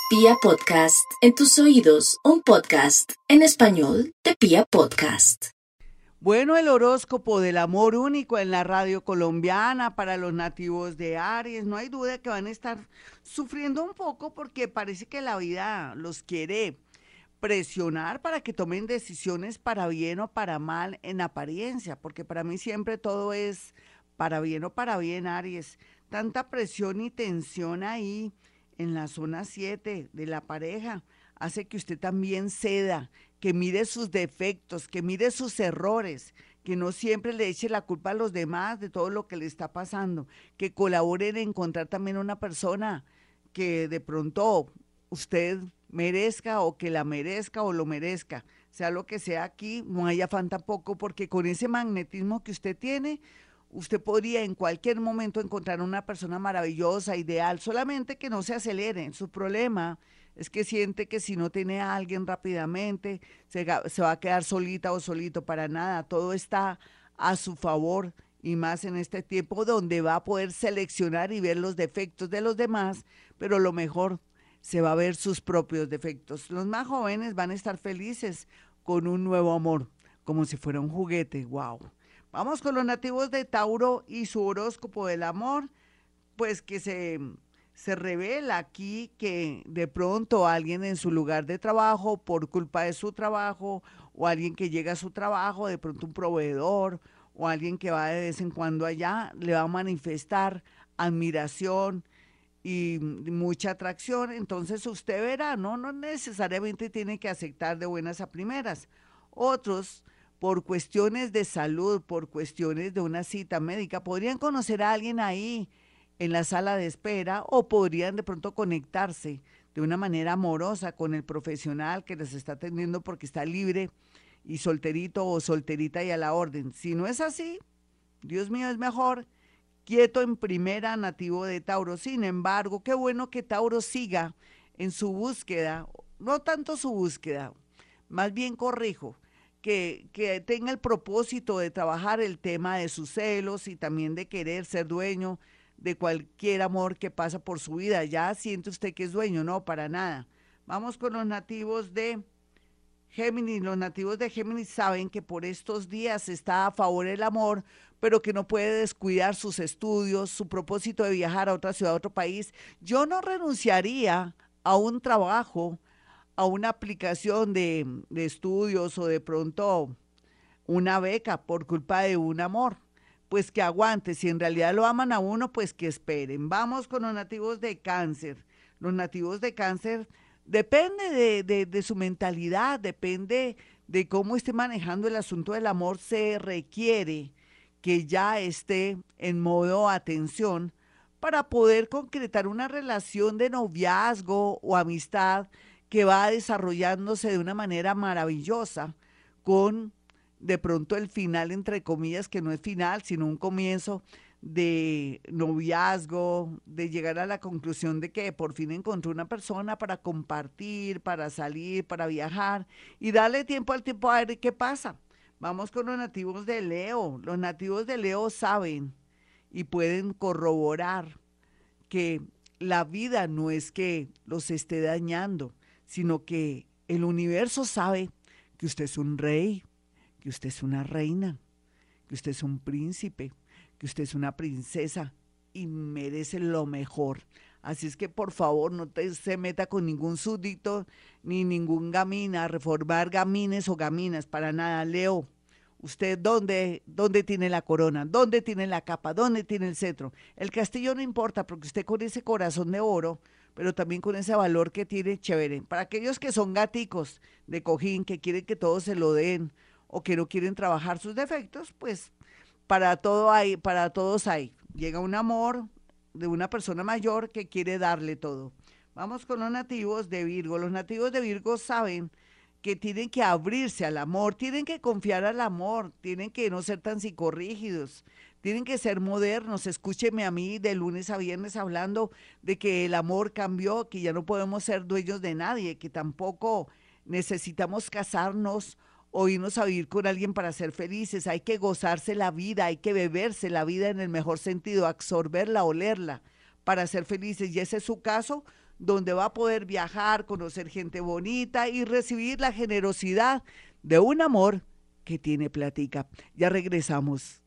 Pia Podcast, en tus oídos, un podcast en español de Pia Podcast. Bueno, el horóscopo del amor único en la radio colombiana para los nativos de Aries. No hay duda que van a estar sufriendo un poco porque parece que la vida los quiere presionar para que tomen decisiones para bien o para mal en apariencia, porque para mí siempre todo es para bien o para bien, Aries. Tanta presión y tensión ahí en la zona 7 de la pareja hace que usted también ceda, que mire sus defectos, que mire sus errores, que no siempre le eche la culpa a los demás de todo lo que le está pasando, que colabore en encontrar también una persona que de pronto usted merezca o que la merezca o lo merezca, sea lo que sea aquí, no hay afán tampoco, porque con ese magnetismo que usted tiene, usted podría en cualquier momento encontrar una persona maravillosa, ideal, solamente que no se acelere. Su problema es que siente que si no tiene a alguien rápidamente, se va a quedar solita o solito para nada. Todo está a su favor y más en este tiempo donde va a poder seleccionar y ver los defectos de los demás, pero lo mejor se va a ver sus propios defectos. Los más jóvenes van a estar felices con un nuevo amor, como si fuera un juguete. ¡Wow! Vamos con los nativos de Tauro y su horóscopo del amor, pues que se revela aquí que de pronto alguien en su lugar de trabajo, por culpa de su trabajo, o alguien que llega a su trabajo, de pronto un proveedor, o alguien que va de vez en cuando allá, le va a manifestar admiración y mucha atracción. Entonces usted verá, no necesariamente tiene que aceptar de buenas a primeras. Otros, por cuestiones de salud, por cuestiones de una cita médica, podrían conocer a alguien ahí en la sala de espera o podrían de pronto conectarse de una manera amorosa con el profesional que les está atendiendo porque está libre y solterito o solterita y a la orden. Si no es así, Dios mío, es mejor quieto en primera, nativo de Tauro. Sin embargo, qué bueno que Tauro siga en su búsqueda, no tanto su búsqueda, más bien corrijo, que tenga el propósito de trabajar el tema de sus celos y también de querer ser dueño de cualquier amor que pasa por su vida. Ya siente usted que es dueño, no, para nada. Vamos con los nativos de Géminis. Los nativos de Géminis saben que por estos días está a favor el amor, pero que no puede descuidar sus estudios, su propósito de viajar a otra ciudad, a otro país. Yo no renunciaría a un trabajo, a una aplicación de estudios o de pronto una beca por culpa de un amor. Pues que aguante, si en realidad lo aman a uno, pues que esperen. Vamos con los nativos de Cáncer. Los nativos de Cáncer depende de su mentalidad, depende de cómo esté manejando el asunto del amor, se requiere que ya esté en modo atención para poder concretar una relación de noviazgo o amistad que va desarrollándose de una manera maravillosa con de pronto el final, entre comillas, que no es final, sino un comienzo de noviazgo, de llegar a la conclusión de que por fin encontró una persona para compartir, para salir, para viajar y darle tiempo al tiempo a ver qué pasa. Vamos con los nativos de Leo. Los nativos de Leo saben y pueden corroborar que la vida no es que los esté dañando, sino que el universo sabe que usted es un rey, que usted es una reina, que usted es un príncipe, que usted es una princesa y merece lo mejor. Así es que por favor se meta con ningún súbdito ni ningún gamín a reformar gamines o gaminas, para nada. Leo, usted dónde tiene la corona, dónde tiene la capa, dónde tiene el cetro. El castillo no importa porque usted con ese corazón de oro, pero también con ese valor que tiene, chévere. Para aquellos que son gaticos de cojín, que quieren que todos se lo den, o que no quieren trabajar sus defectos, pues para todo hay, para todos hay. Llega un amor de una persona mayor que quiere darle todo. Vamos con los nativos de Virgo. Los nativos de Virgo saben que tienen que abrirse al amor, tienen que confiar al amor, tienen que no ser tan psicorrígidos, tienen que ser modernos. Escúcheme a mí de lunes a viernes hablando de que el amor cambió, que ya no podemos ser dueños de nadie, que tampoco necesitamos casarnos o irnos a vivir con alguien para ser felices. Hay que gozarse la vida, hay que beberse la vida en el mejor sentido, absorberla, olerla para ser felices. Y ese es su caso, donde va a poder viajar, conocer gente bonita y recibir la generosidad de un amor que tiene plática. Ya regresamos.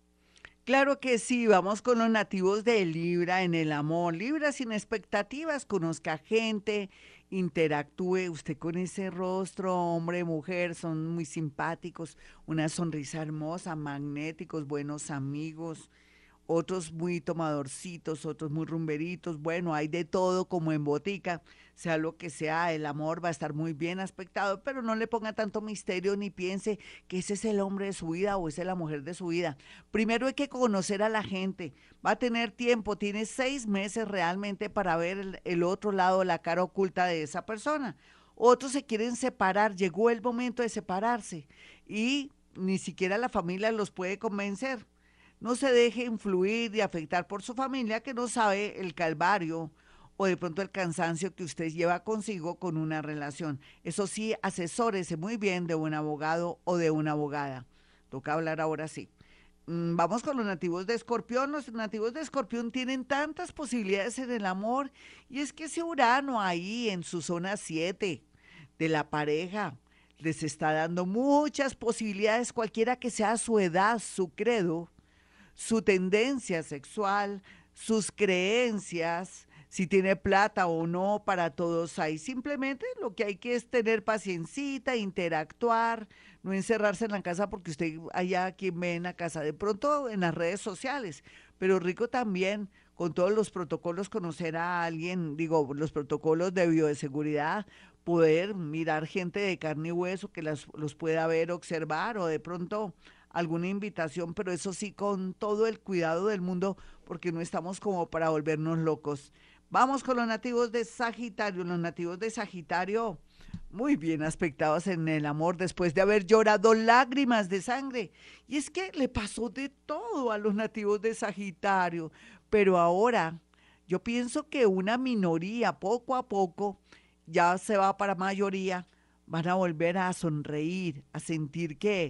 Claro que sí, vamos con los nativos de Libra en el amor. Libra sin expectativas, conozca gente, interactúe usted con ese rostro, hombre, mujer, son muy simpáticos, una sonrisa hermosa, magnéticos, buenos amigos, otros muy tomadorcitos, otros muy rumberitos, bueno, hay de todo como en botica, sea lo que sea, el amor va a estar muy bien aspectado, pero no le ponga tanto misterio ni piense que ese es el hombre de su vida o esa es la mujer de su vida. Primero hay que conocer a la gente, va a tener tiempo, tiene 6 meses realmente para ver el otro lado, la cara oculta de esa persona. Otros se quieren separar, llegó el momento de separarse y ni siquiera la familia los puede convencer. No se deje influir y afectar por su familia que no sabe el calvario o de pronto el cansancio que usted lleva consigo con una relación. Eso sí, asesórese muy bien de un abogado o de una abogada. Toca hablar ahora sí. Vamos con los nativos de Escorpión. Los nativos de Escorpión tienen tantas posibilidades en el amor y es que ese Urano ahí en su zona 7 de la pareja les está dando muchas posibilidades, cualquiera que sea su edad, su credo, su tendencia sexual, sus creencias, si tiene plata o no, para todos hay. Simplemente lo que hay que es tener paciencita, interactuar, no encerrarse en la casa porque usted allá quien ve en la casa, de pronto en las redes sociales, pero rico también con todos los protocolos conocer a alguien, digo, los protocolos de bioseguridad, poder mirar gente de carne y hueso que los pueda ver, observar o de pronto alguna invitación, pero eso sí con todo el cuidado del mundo, porque no estamos como para volvernos locos. Vamos con los nativos de Sagitario. Los nativos de Sagitario, muy bien aspectados en el amor después de haber llorado lágrimas de sangre. Y es que le pasó de todo a los nativos de Sagitario, pero ahora yo pienso que una minoría, poco a poco, ya se va para mayoría, van a volver a sonreír, a sentir que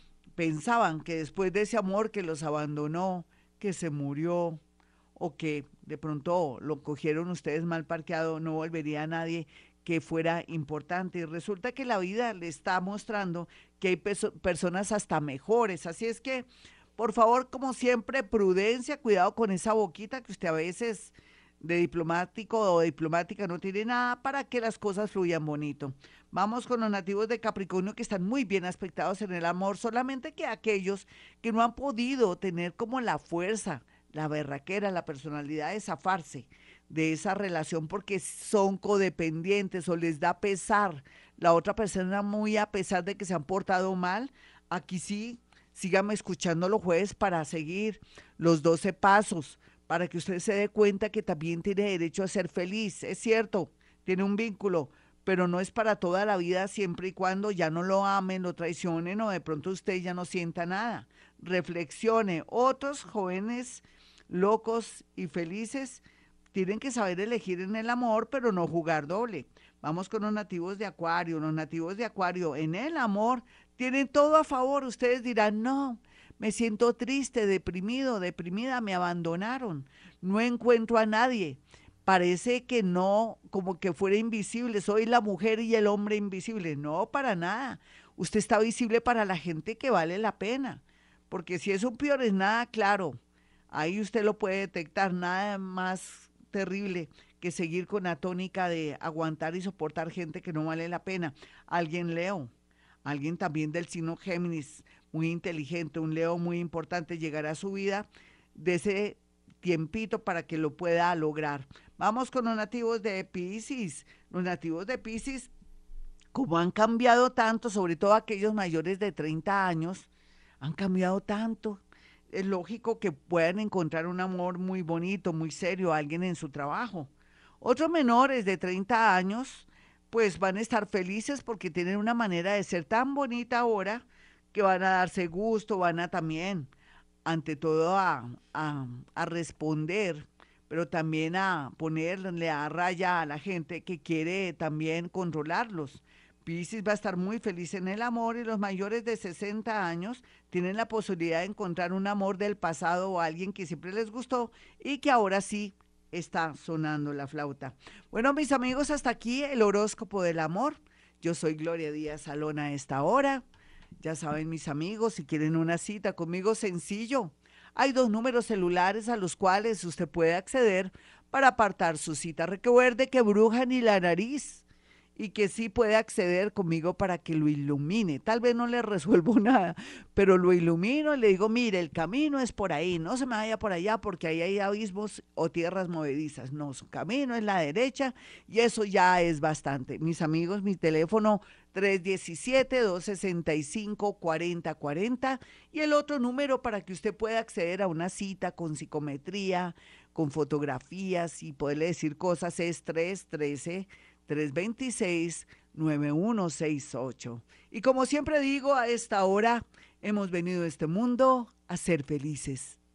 pensaban que después de ese amor que los abandonó, que se murió o que de pronto lo cogieron ustedes mal parqueado, no volvería a nadie que fuera importante. Y resulta que la vida le está mostrando que hay personas hasta mejores. Así es que, por favor, como siempre, prudencia, cuidado con esa boquita que usted a veces de diplomático o diplomática no tiene nada para que las cosas fluyan bonito. Vamos con los nativos de Capricornio que están muy bien aspectados en el amor, solamente que aquellos que no han podido tener como la fuerza, la berraquera, la personalidad de zafarse de esa relación porque son codependientes o les da pesar la otra persona muy a pesar de que se han portado mal, aquí sí, sígame escuchando los jueves para seguir los 12 pasos, para que usted se dé cuenta que también tiene derecho a ser feliz. Es cierto, tiene un vínculo, pero no es para toda la vida siempre y cuando ya no lo amen, lo traicionen o de pronto usted ya no sienta nada. Reflexione. Otros jóvenes locos y felices tienen que saber elegir en el amor, pero no jugar doble. Vamos con los nativos de Acuario. Los nativos de Acuario en el amor tienen todo a favor. Ustedes dirán, no, me siento triste, deprimido, deprimida, me abandonaron, no encuentro a nadie. Parece que no, como que fuera invisible, soy la mujer y el hombre invisible. No, para nada. Usted está visible para la gente que vale la pena, porque si es un peor es nada claro. Ahí usted lo puede detectar, nada más terrible que seguir con la tónica de aguantar y soportar gente que no vale la pena. Alguien Leo, alguien también del signo Géminis, muy inteligente, un Leo muy importante, llegará a su vida de ese tiempito para que lo pueda lograr. Vamos con los nativos de Piscis. Los nativos de Piscis, como han cambiado tanto, sobre todo aquellos mayores de 30 años, han cambiado tanto. Es lógico que puedan encontrar un amor muy bonito, muy serio, alguien en su trabajo. Otros menores de 30 años, pues van a estar felices porque tienen una manera de ser tan bonita ahora que van a darse gusto, van a también, ante todo, a responder, pero también a ponerle a raya a la gente que quiere también controlarlos. Piscis va a estar muy feliz en el amor y los mayores de 60 años tienen la posibilidad de encontrar un amor del pasado o alguien que siempre les gustó y que ahora sí está sonando la flauta. Bueno, mis amigos, hasta aquí el horóscopo del amor. Yo soy Gloria Díaz Salón a esta hora. Ya saben, mis amigos, si quieren una cita conmigo, sencillo. Hay 2 números celulares a los cuales usted puede acceder para apartar su cita. Recuerde que bruja ni la nariz y que sí puede acceder conmigo para que lo ilumine. Tal vez no le resuelvo nada, pero lo ilumino y le digo, mire, el camino es por ahí, no se me vaya por allá porque ahí hay abismos o tierras movedizas. No, su camino es la derecha y eso ya es bastante. Mis amigos, mi teléfono 317-265-4040 y el otro número para que usted pueda acceder a una cita con psicometría, con fotografías y poderle decir cosas es 313-326-9168. Y como siempre digo, a esta hora hemos venido a este mundo a ser felices.